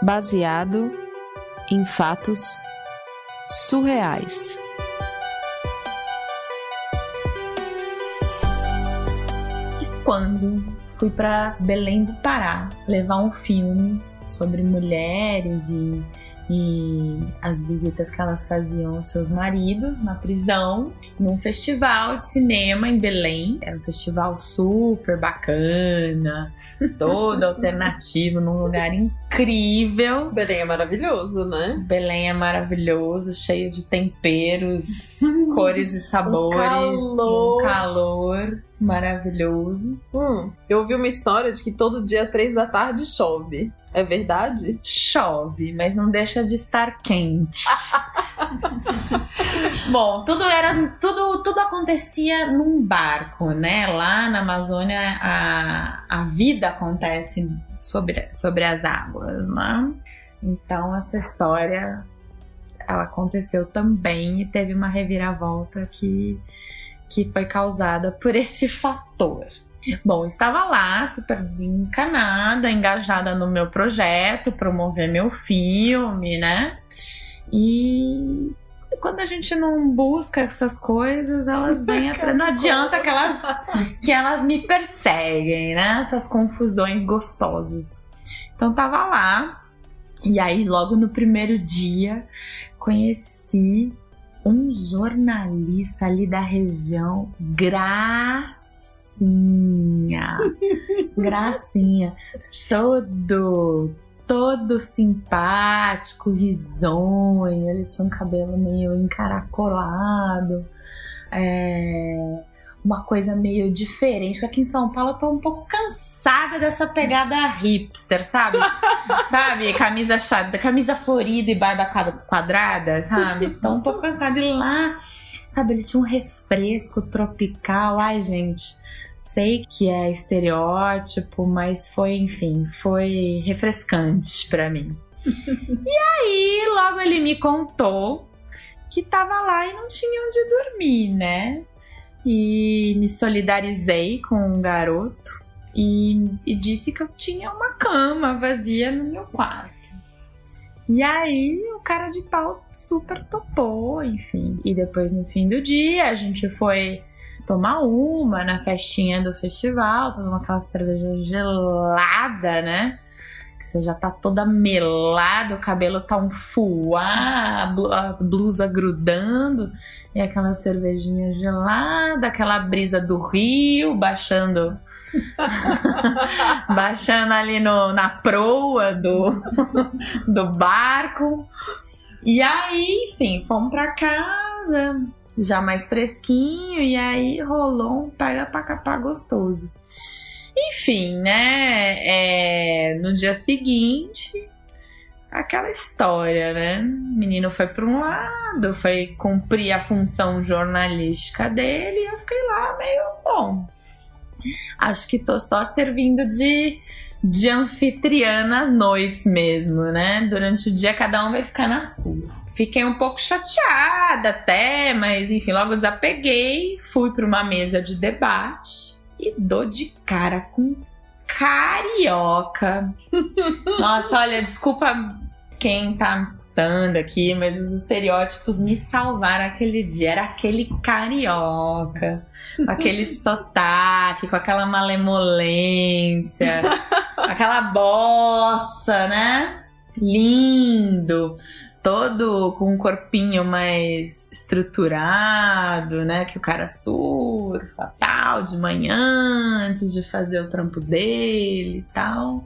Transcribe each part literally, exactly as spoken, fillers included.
baseado em fatos surreais. Quando fui para Belém do Pará levar um filme sobre mulheres e, e as visitas que elas faziam aos seus maridos na prisão, num festival de cinema em Belém. Era um festival super bacana, todo alternativo, num lugar incrível. Belém é maravilhoso, né? Belém é maravilhoso, cheio de temperos, cores e sabores. Um calor. Um calor maravilhoso. Hum, eu ouvi uma história de que todo dia, três da tarde, chove. É verdade? Chove, mas não deixa de estar quente. Bom, tudo era tudo, tudo acontecia num barco, né? Lá na Amazônia a, a vida acontece sobre, sobre as águas, né? Então essa história ela aconteceu também e teve uma reviravolta que, que foi causada por esse fator. Bom, estava lá super desencanada, engajada no meu projeto, promover meu filme, né? E quando a gente não busca essas coisas, elas vêm atrás. Não adianta que elas, que elas me perseguem, né? Essas confusões gostosas. Então tava lá, e aí logo no primeiro dia conheci um jornalista ali da região, Graça. Gracinha, gracinha, todo, todo simpático, risonho, ele tinha um cabelo meio encaracolado, é, uma coisa meio diferente, porque aqui em São Paulo eu tô um pouco cansada dessa pegada hipster, sabe? Sabe, camisa chata, camisa florida e barba quadrada, sabe? Tô um pouco cansada de lá, sabe, ele tinha um refresco tropical, ai gente... Sei que é estereótipo, mas foi, enfim, foi refrescante pra mim. E aí, logo ele me contou que tava lá e não tinha onde dormir, né? E me solidarizei com um garoto e, e disse que eu tinha uma cama vazia no meu quarto. E aí, o cara de pau super topou, enfim. E depois, no fim do dia, a gente foi... tomar uma na festinha do festival, tomar aquela cerveja gelada, né? Que você já tá toda melada, o cabelo tá um fuá, a blusa grudando, e aquela cervejinha gelada, aquela brisa do rio baixando, baixando ali no, na proa do, do barco. E aí, enfim, fomos pra casa... já mais fresquinho, e aí rolou um pega pra capar gostoso. Enfim, né? É, no dia seguinte, aquela história, né? O menino foi para um lado, foi cumprir a função jornalística dele, e eu fiquei lá meio, bom, acho que tô só servindo de, de anfitriã nas noites mesmo, né? Durante o dia cada um vai ficar na sua. Fiquei um pouco chateada até, mas enfim, logo desapeguei, fui para uma mesa de debate e dou de cara com carioca. Nossa, olha, desculpa quem tá me escutando aqui, mas os estereótipos me salvaram aquele dia. Era aquele carioca, com aquele sotaque, com aquela malemolência, aquela bossa, né? Lindo. Todo com um corpinho mais estruturado, né? Que o cara surfa, tal, de manhã, antes de fazer o trampo dele e tal.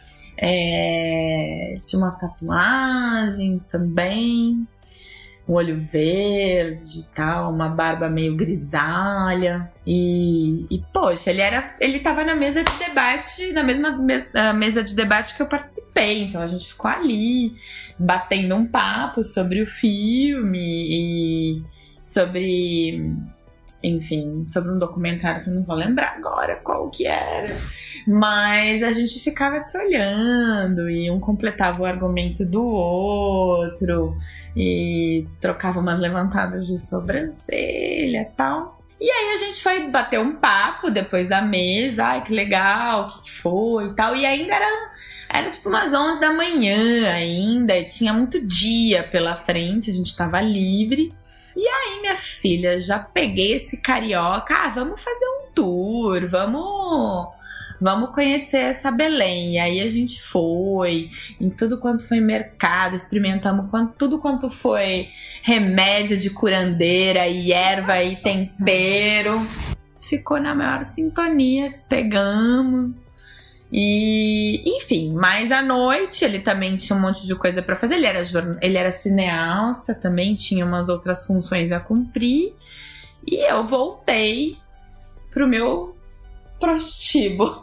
É, tinha umas tatuagens também, um olho verde e tal, uma barba meio grisalha. E, e poxa, ele, era, ele tava na mesa de debate, na mesma me, mesa de debate que eu participei. Então a gente ficou ali, batendo um papo sobre o filme e sobre... enfim, sobre um documentário que eu não vou lembrar agora qual que era. Mas a gente ficava se olhando e um completava o argumento do outro e trocava umas levantadas de sobrancelha e tal. E aí a gente foi bater um papo depois da mesa. Ai, que legal, o que, que foi e tal. E ainda era Era tipo umas onze da manhã ainda, tinha muito dia pela frente, a gente tava livre. E aí, minha filha, já peguei esse carioca, ah, vamos fazer um tour, vamos, vamos conhecer essa Belém. E aí a gente foi em tudo quanto foi mercado, experimentamos quanto, tudo quanto foi remédio de curandeira e erva e tempero. Ficou na maior sintonia, pegamos. E, enfim, mas à noite ele também tinha um monte de coisa pra fazer. Ele era, jorn... ele era cineasta, também tinha umas outras funções a cumprir. E eu voltei pro meu prostíbulo.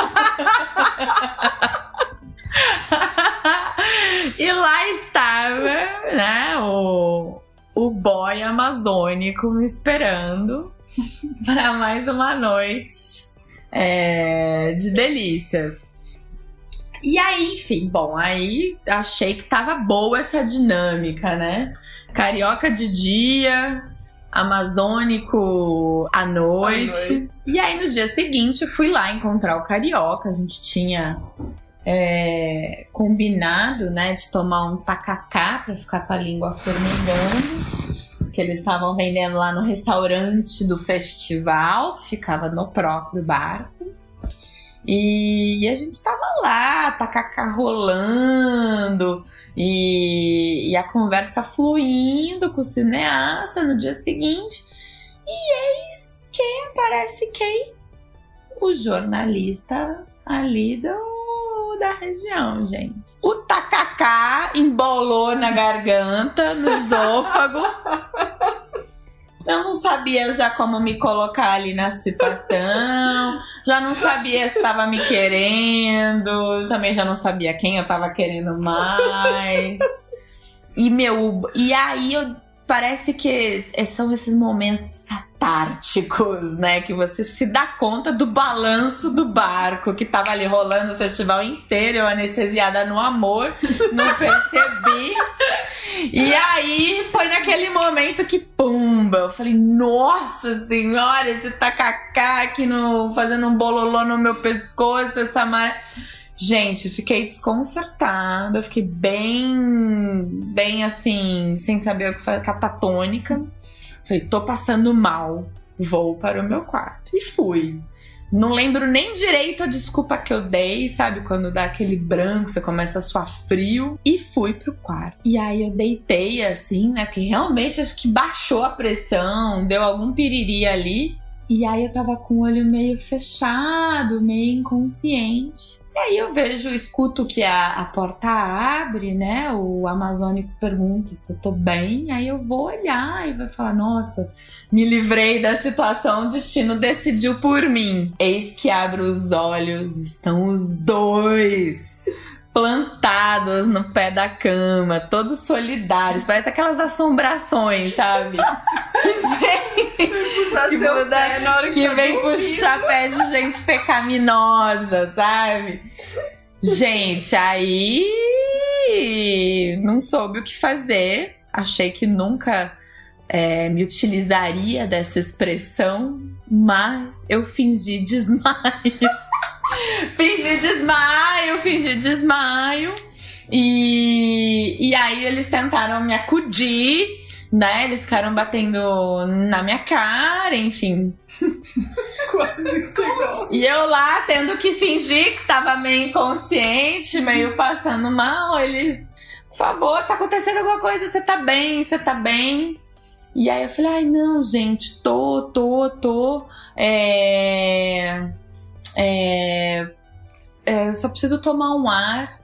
E lá estava, né, o, o boy amazônico me esperando para mais uma noite É, de delícias. E aí, enfim, bom, aí achei que tava boa essa dinâmica, né? Carioca de dia, amazônico à noite. à noite. E aí no dia seguinte fui lá encontrar o carioca. A gente tinha é, combinado, né, de tomar um tacacá pra ficar com a língua formigando, que eles estavam vendendo lá no restaurante do festival, que ficava no próprio barco. E, e a gente tava lá, tacacá rolando, e, e a conversa fluindo com o cineasta no dia seguinte. E eis que aparece quem? O jornalista ali do... da região, gente. O tacacá embolou na garganta, no esôfago. Eu não sabia já como me colocar ali na situação. Já não sabia se estava me querendo. Também já não sabia quem eu tava querendo mais. E, meu, e aí eu... Parece que são esses momentos catárticos, né? Que você se dá conta do balanço do barco que tava ali rolando o festival inteiro, eu anestesiada no amor, não percebi. E aí foi naquele momento que pumba, eu falei, nossa senhora, esse tacacá aqui no, fazendo um bololô no meu pescoço, essa mar... Gente, fiquei desconcertada, fiquei bem, bem assim, sem saber o que fazer, catatônica. Falei, tô passando mal, vou para o meu quarto. E fui. Não lembro nem direito a desculpa que eu dei, sabe? Quando dá aquele branco, você começa a suar frio. E fui pro quarto. E aí eu deitei assim, né? Porque realmente acho que baixou a pressão, deu algum piriri ali. E aí eu tava com o olho meio fechado, meio inconsciente. E aí eu vejo, escuto que a, a porta abre, né? O amazônico pergunta se eu tô bem. Aí eu vou olhar e vai falar, nossa, me livrei da situação, o destino decidiu por mim. Eis que abro os olhos, estão os dois plantados no pé da cama, todos solidários, parece aquelas assombrações, sabe? Que vem, puxar que, seu muda, pé na hora que, que tá vem dormindo. puxar pé de gente pecaminosa, sabe? Gente, aí não soube o que fazer, achei que nunca é, me utilizaria dessa expressão, mas eu fingi desmaio. Fingi desmaio, fingi desmaio. E, e aí eles tentaram me acudir, né? Eles ficaram batendo na minha cara, enfim. Quase que você gosta. E eu lá tendo que fingir que tava meio inconsciente, meio passando mal. Eles, por favor, tá acontecendo alguma coisa, você tá bem, você tá bem. E aí eu falei, ai não, gente, tô, tô, tô. É... É, é, eu só preciso tomar um ar.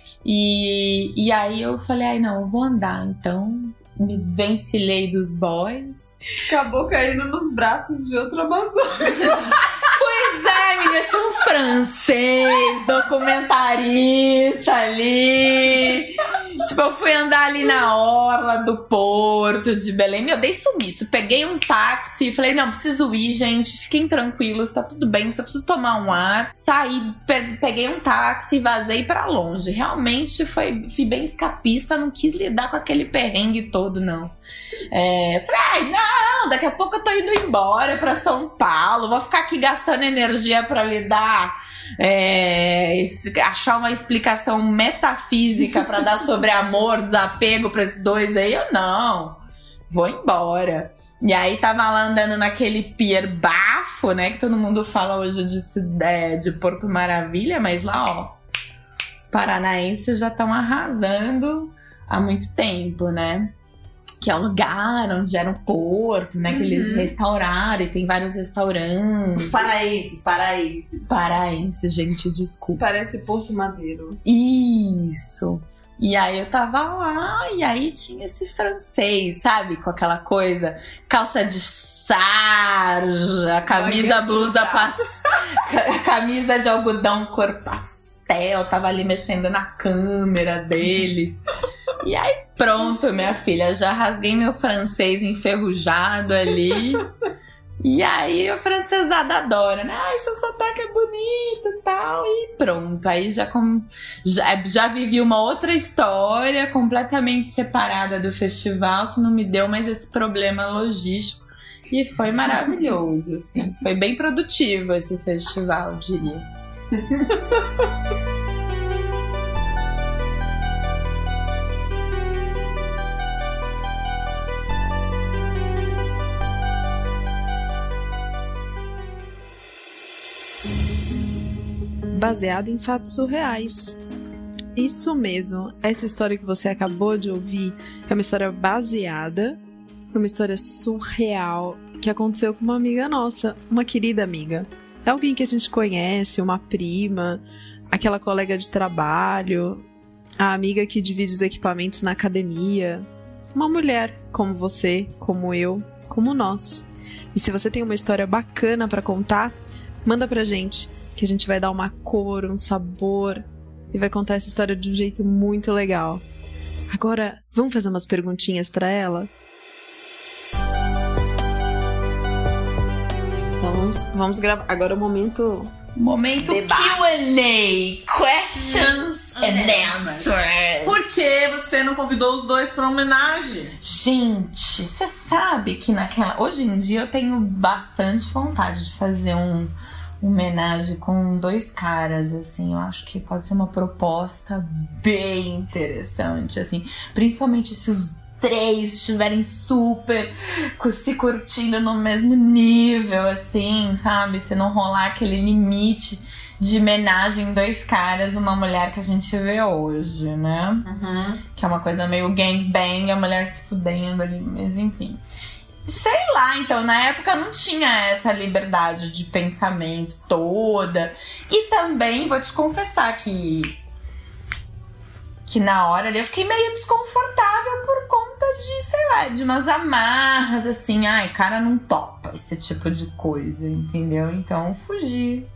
E, e aí eu falei, ai não, eu vou andar. Então me desvencilhei dos boys. Acabou caindo nos braços de outro amazônico. Pois é, menina, tinha um francês documentarista ali. Tipo, eu fui andar ali na orla do porto de Belém. Meu, dei sumiço. Peguei um táxi, falei, não, preciso ir, gente. Fiquem tranquilos, tá tudo bem, só preciso tomar um ar. Saí, pe- peguei um táxi e vazei pra longe. Realmente foi, fui bem escapista, não quis lidar com aquele perrengue todo, não. É, falei, ai, não, daqui a pouco eu tô indo embora pra São Paulo, vou ficar aqui gastando energia pra lidar, é, achar uma explicação metafísica pra dar sobre amor, desapego pra esses dois aí, eu não, vou embora. E aí tava lá andando naquele pier bafo, né, que todo mundo fala hoje de, de, de Porto Maravilha, mas lá, ó, os paranaenses já estão arrasando há muito tempo, né? Que é um lugar onde era um porto, né? Que Uhum. eles restauraram e tem vários restaurantes. Os paraenses, paraenses. Paraense, gente, desculpa. Parece Porto Madeiro. Isso. E aí eu tava lá, e aí tinha esse francês, sabe? Com aquela coisa, calça de sarja, camisa, blusa, pas... camisa de algodão cor pastel, tava ali mexendo na câmera dele. E aí pronto, minha filha, já rasguei meu francês enferrujado ali. E aí a francesada adora, né? Ai, seu sotaque é bonito e tal. E pronto, aí já, com... já, já vivi uma outra história completamente separada do festival, que não me deu mais esse problema logístico. E foi maravilhoso, assim. Foi bem produtivo esse festival, eu diria. Baseado em fatos surreais. Isso mesmo, essa história que você acabou de ouvir é uma história baseada numa história surreal que aconteceu com uma amiga nossa, uma querida amiga. É alguém que a gente conhece, uma prima, aquela colega de trabalho, a amiga que divide os equipamentos na academia, uma mulher como você, como eu, como nós. E se você tem uma história bacana pra contar, manda pra gente, que a gente vai dar uma cor, um sabor e vai contar essa história de um jeito muito legal. Agora, vamos fazer umas perguntinhas pra ela? Então vamos, vamos gravar. Agora é o momento... Momento Debate. Q and A, Questions and Answers. Por que você não convidou os dois pra homenagem? Gente, você sabe que naquela... Hoje em dia eu tenho bastante vontade de fazer um... homenagem com dois caras, assim, eu acho que pode ser uma proposta bem interessante, assim, principalmente se os três estiverem super se curtindo no mesmo nível, assim, sabe, se não rolar aquele limite de homenagem em dois caras, uma mulher que a gente vê hoje, né, Uhum. que é uma coisa meio gangbang, a mulher se fudendo ali, mas enfim. Sei lá, então, na época não tinha essa liberdade de pensamento toda. E também, vou te confessar que que na hora ali eu fiquei meio desconfortável por conta de, sei lá, de umas amarras, assim. Ai, cara não topa esse tipo de coisa, entendeu? Então, fugi.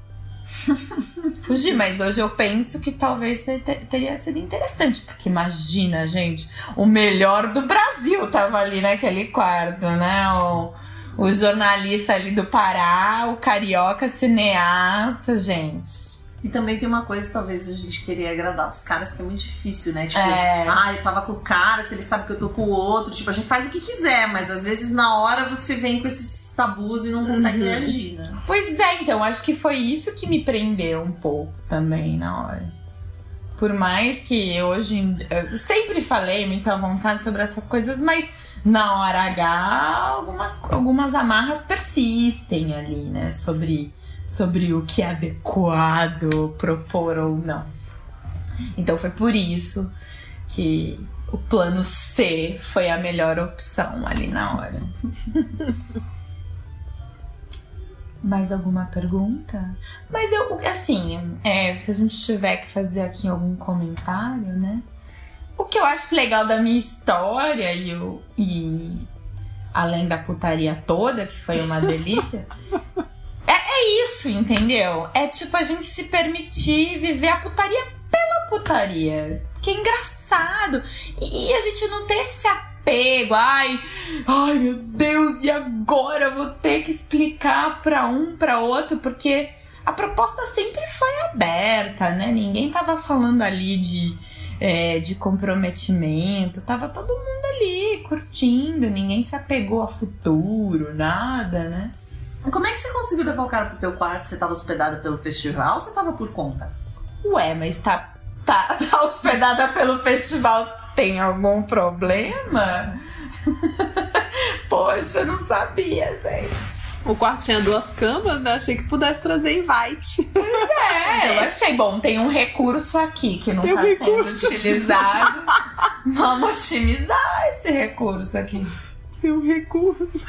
Fugi, mas hoje eu penso que talvez ter, teria sido interessante, porque imagina, gente, o melhor do Brasil tava ali naquele quarto, né? O, o jornalista ali do Pará, o carioca cineasta, gente. E também tem uma coisa, talvez a gente queria agradar os caras, que é muito difícil, né? Tipo, É. ah, eu tava com o cara, se ele sabe que eu tô com o outro. Tipo, a gente faz o que quiser, mas às vezes na hora você vem com esses tabus e não consegue Uhum. reagir, né? Pois é, então, acho que foi isso que me prendeu um pouco também na hora. Por mais que hoje... Eu sempre falei muito à vontade sobre essas coisas, mas na hora H algumas, algumas amarras persistem ali, né? Sobre, sobre o que é adequado propor ou não. Então foi por isso que o plano C foi a melhor opção ali na hora. Mais alguma pergunta? Mas eu, assim, é, se a gente tiver que fazer aqui algum comentário, né? O que eu acho legal da minha história e, eu, e além da putaria toda, que foi uma delícia, é, é isso, entendeu? É tipo a gente se permitir viver a putaria pela putaria. Que é engraçado. E, e a gente não ter esse apego. Ai, ai meu Deus, e agora eu vou ter que explicar pra um, pra outro, porque a proposta sempre foi aberta, né? Ninguém tava falando ali de, é, de comprometimento. Tava todo mundo ali ali, curtindo, ninguém se apegou a futuro, nada, né? Como é que você conseguiu levar o cara pro teu quarto? Você tava hospedada pelo festival ou você tava por conta? Ué, mas tá, tá, tá hospedada pelo festival, tem algum problema? Poxa, eu não sabia, gente. O quarto tinha duas camas, né? Achei que pudesse trazer invite. Pois é, eu achei bom. Tem um recurso aqui que não Tem um tá recurso. sendo utilizado. Vamos otimizar esse recurso aqui. Tem um recurso.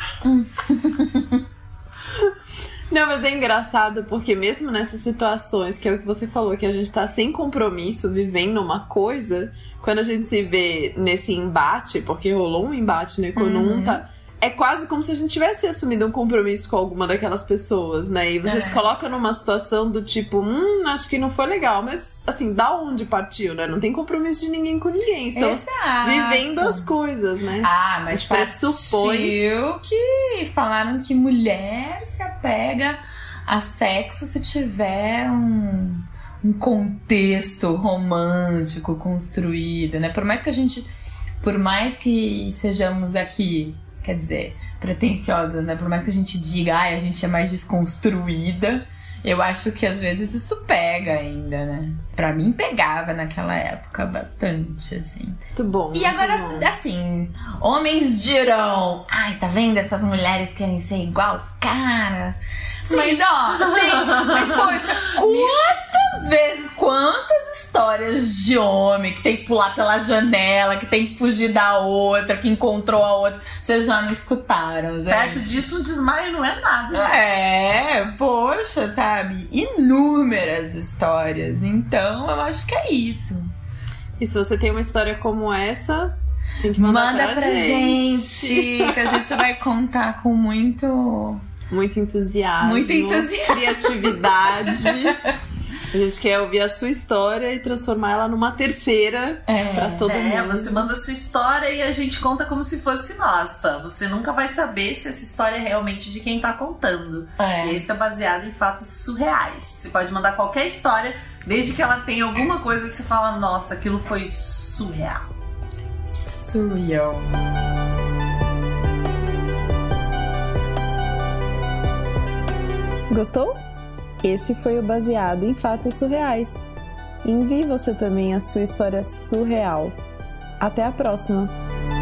Não, mas é engraçado porque mesmo nessas situações, que é o que você falou, que a gente tá sem compromisso, vivendo uma coisa, quando a gente se vê nesse embate, porque rolou um embate, né, quando Uhum. um tá... É quase como se a gente tivesse assumido um compromisso com alguma daquelas pessoas, né? E você É. se coloca numa situação do tipo, hum, acho que não foi legal. Mas, assim, da onde partiu, né? Não tem compromisso de ninguém com ninguém. Estamos Exato. vivendo as coisas, né? Ah, mas A gente pressupõe- partiu que falaram que mulher se apega a sexo se tiver um, um contexto romântico construído, né? Por mais que a gente, por mais que sejamos aqui, quer dizer, pretensiosas, né? Por mais que a gente diga, ai, a gente é mais desconstruída, eu acho que às vezes isso pega ainda, né? Pra mim pegava naquela época bastante, assim. Muito bom. E muito agora, bom. assim, homens dirão, ai, tá vendo? Essas mulheres querem ser igual aos caras. Mas, ó, sim, mas poxa, quantas vezes, quantas histórias de homem que tem que pular pela janela, que tem que fugir da outra, que encontrou a outra, vocês já não escutaram, gente? Perto disso, um desmaio não é nada. É, poxa, sabe? Inúmeras histórias. Então, eu acho que é isso. E se você tem uma história como essa, tem que mandar Manda pra, pra gente, que a gente vai contar com muito... Muito entusiasmo. Muito entusiasmo. Criatividade. A gente quer ouvir a sua história e transformar ela numa terceira É, pra todo É, mundo. você manda a sua história e a gente conta como se fosse nossa. Você nunca vai saber se essa história é realmente de quem tá contando. É. E isso é baseado em fatos surreais. Você pode mandar qualquer história, desde que ela tenha alguma coisa que você fala, nossa, aquilo foi surreal. Surreal. Gostou? Esse foi o Baseado em Fatos Surreais. Envie você também a sua história surreal. Até a próxima!